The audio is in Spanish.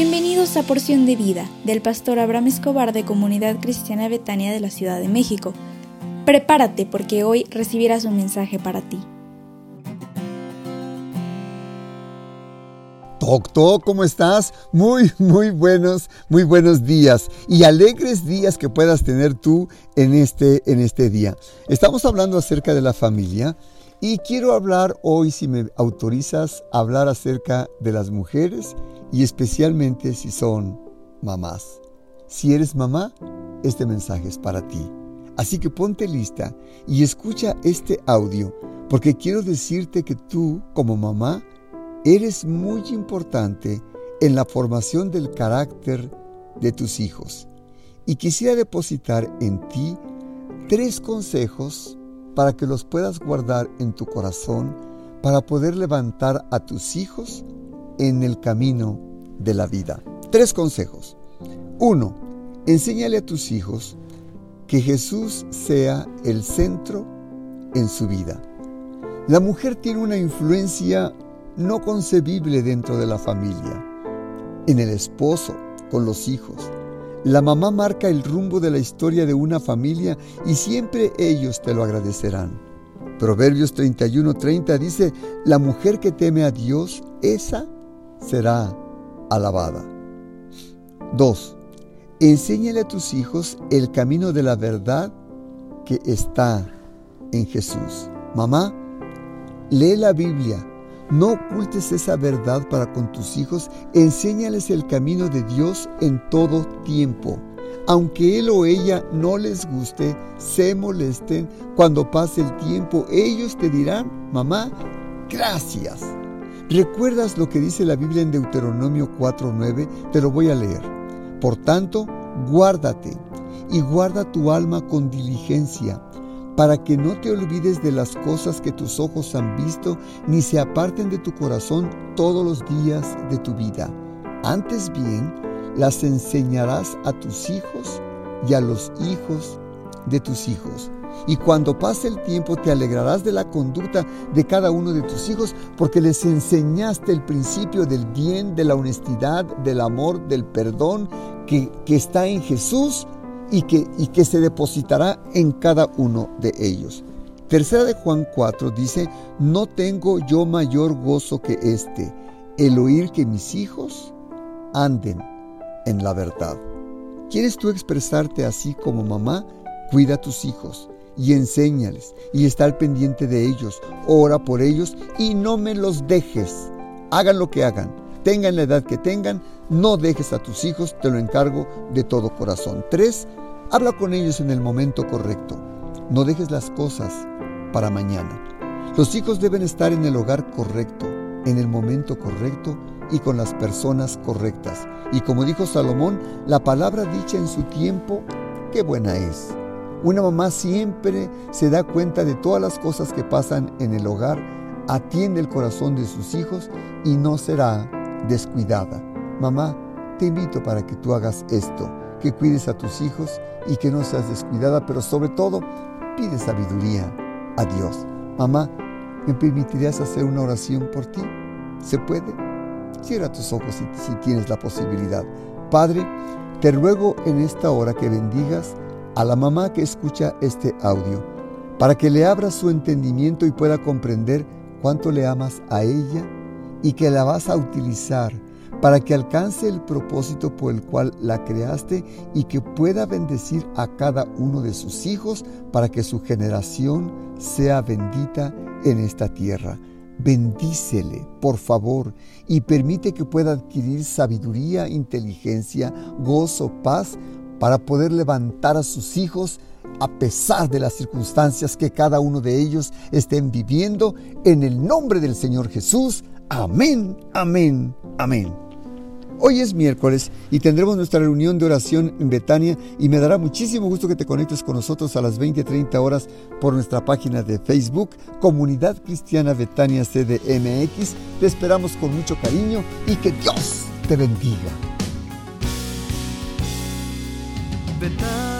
Bienvenidos a Porción de Vida, del pastor Abraham Escobar de Comunidad Cristiana Betania de la Ciudad de México. Prepárate porque hoy recibirás un mensaje para ti. Toc, ¿cómo estás? Muy buenos días y alegres días que puedas tener tú en este día. Estamos hablando acerca de la familia y quiero hablar hoy, si me autorizas, hablar acerca de las mujeres y especialmente si son mamás. Si eres mamá, este mensaje es para ti. Así que ponte lista y escucha este audio, porque quiero decirte que tú, como mamá, eres muy importante en la formación del carácter de tus hijos. Y quisiera depositar en ti 3 consejos para que los puedas guardar en tu corazón para poder levantar a tus hijos en el camino de la vida. 3 consejos. 1. Enséñale a tus hijos que Jesús sea el centro en su vida. La mujer tiene una influencia no concebible dentro de la familia, en el esposo, con los hijos. La mamá marca el rumbo de la historia de una familia y siempre ellos te lo agradecerán. Proverbios 31:30 dice: la mujer que teme a Dios, esa será alabada. 2. Enséñale a tus hijos el camino de la verdad que está en Jesús. Mamá, lee la Biblia. No ocultes esa verdad para con tus hijos. Enséñales el camino de Dios en todo tiempo. Aunque él o ella no les guste, se molesten, cuando pase el tiempo, ellos te dirán: mamá, gracias. ¿Recuerdas lo que dice la Biblia en Deuteronomio 4:9? Te lo voy a leer. Por tanto, guárdate y guarda tu alma con diligencia, para que no te olvides de las cosas que tus ojos han visto, ni se aparten de tu corazón todos los días de tu vida. Antes bien, las enseñarás a tus hijos y a los hijos de tus hijos. Y cuando pase el tiempo te alegrarás de la conducta de cada uno de tus hijos, porque les enseñaste el principio del bien, de la honestidad, del amor, del perdón que está en Jesús y que se depositará en cada uno de ellos. Tercera de Juan 4 dice: no tengo yo mayor gozo que este, el oír que mis hijos anden en la verdad. ¿Quieres tú expresarte así como mamá? Cuida a tus hijos y enséñales y está al pendiente de ellos. Ora por ellos y no me los dejes. Hagan lo que hagan, tengan la edad que tengan, no dejes a tus hijos, te lo encargo de todo corazón. 3. Habla con ellos en el momento correcto. No dejes las cosas para mañana. Los hijos deben estar en el hogar correcto, en el momento correcto y con las personas correctas. Y como dijo Salomón, la palabra dicha en su tiempo, qué buena es. Una mamá siempre se da cuenta de todas las cosas que pasan en el hogar, atiende el corazón de sus hijos y no será descuidada. Mamá, te invito para que tú hagas esto, que cuides a tus hijos y que no seas descuidada, pero sobre todo, pide sabiduría a Dios. Mamá, ¿me permitirías hacer una oración por ti? ¿Se puede? Cierra tus ojos si tienes la posibilidad. Padre, te ruego en esta hora que bendigas a la mamá que escucha este audio, para que le abras su entendimiento y pueda comprender cuánto le amas a ella y que la vas a utilizar para que alcance el propósito por el cual la creaste y que pueda bendecir a cada uno de sus hijos para que su generación sea bendita en esta tierra. Bendícele, por favor, y permite que pueda adquirir sabiduría, inteligencia, gozo, paz, para poder levantar a sus hijos a pesar de las circunstancias que cada uno de ellos estén viviendo. En el nombre del Señor Jesús. Amén, amén, amén. Hoy es miércoles y tendremos nuestra reunión de oración en Betania y me dará muchísimo gusto que te conectes con nosotros a las 20:30 horas por nuestra página de Facebook, Comunidad Cristiana Betania CDMX. Te esperamos con mucho cariño y que Dios te bendiga.